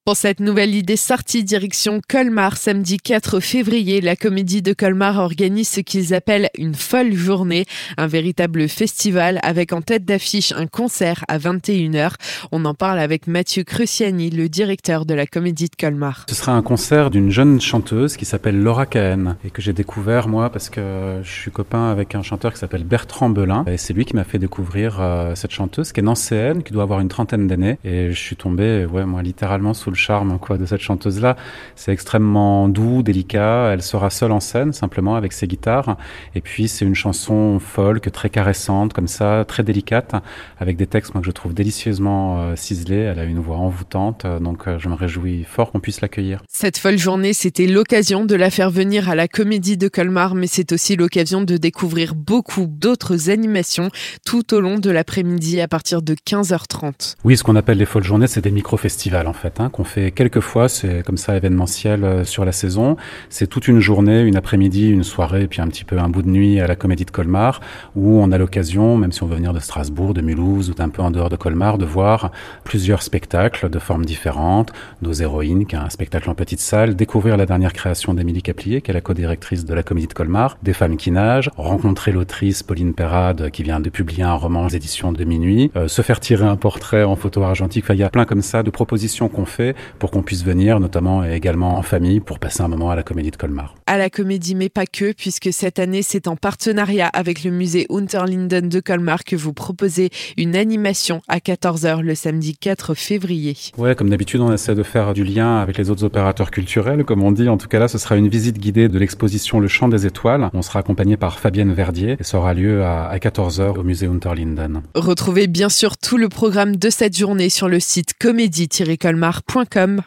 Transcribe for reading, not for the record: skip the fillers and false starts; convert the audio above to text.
Pour cette nouvelle idée sortie direction Colmar, samedi 4 février, la Comédie de Colmar organise ce qu'ils appellent une folle journée, un véritable festival avec en tête d'affiche un concert à 21h. On en parle avec Mathieu Cruciani, le directeur de la Comédie de Colmar. Ce sera un concert d'une jeune chanteuse qui s'appelle Laura Cahen et que j'ai découvert moi parce que je suis copain avec un chanteur qui s'appelle Bertrand Belin et c'est lui qui m'a fait découvrir cette chanteuse qui est nancéenne, qui doit avoir une trentaine d'années et je suis tombé moi littéralement sous le charme de cette chanteuse-là. C'est extrêmement doux, délicat. Elle sera seule en scène, simplement, avec ses guitares. Et puis, c'est une chanson folk, très caressante, comme ça, très délicate, avec des textes, que je trouve délicieusement ciselés. Elle a une voix envoûtante, donc je me réjouis fort qu'on puisse l'accueillir. Cette folle journée, c'était l'occasion de la faire venir à la Comédie de Colmar, mais c'est aussi l'occasion de découvrir beaucoup d'autres animations tout au long de l'après-midi à partir de 15h30. Oui, ce qu'on appelle les folles journées, c'est des micro-festivals, en fait, qu'on fait quelques fois, c'est comme ça événementiel sur la saison. C'est toute une journée, une après-midi, une soirée, puis un petit peu un bout de nuit à la Comédie de Colmar, où on a l'occasion, même si on veut venir de Strasbourg, de Mulhouse ou d'un peu en dehors de Colmar, de voir plusieurs spectacles de formes différentes, Nos héroïnes, qui est un spectacle en petite salle, découvrir la dernière création d'Émilie Caplier, qui est la co-directrice de la Comédie de Colmar, Des femmes qui nagent, rencontrer l'autrice Pauline Perrade, qui vient de publier un roman aux éditions de Minuit, se faire tirer un portrait en photo argentique. Enfin, il y a plein comme ça de propositions qu'on fait pour qu'on puisse venir, notamment et également en famille, pour passer un moment à la Comédie de Colmar. À la Comédie, mais pas que, puisque cette année, c'est en partenariat avec le musée Unterlinden de Colmar que vous proposez une animation à 14h le samedi 4 février. Ouais, comme d'habitude, on essaie de faire du lien avec les autres opérateurs culturels, comme on dit. En tout cas, là, ce sera une visite guidée de l'exposition Le Chant des Étoiles. On sera accompagné par Fabienne Verdier et ça aura lieu à 14h au musée Unterlinden. Retrouvez bien sûr tout le programme de cette journée sur le site comédie-colmar.com.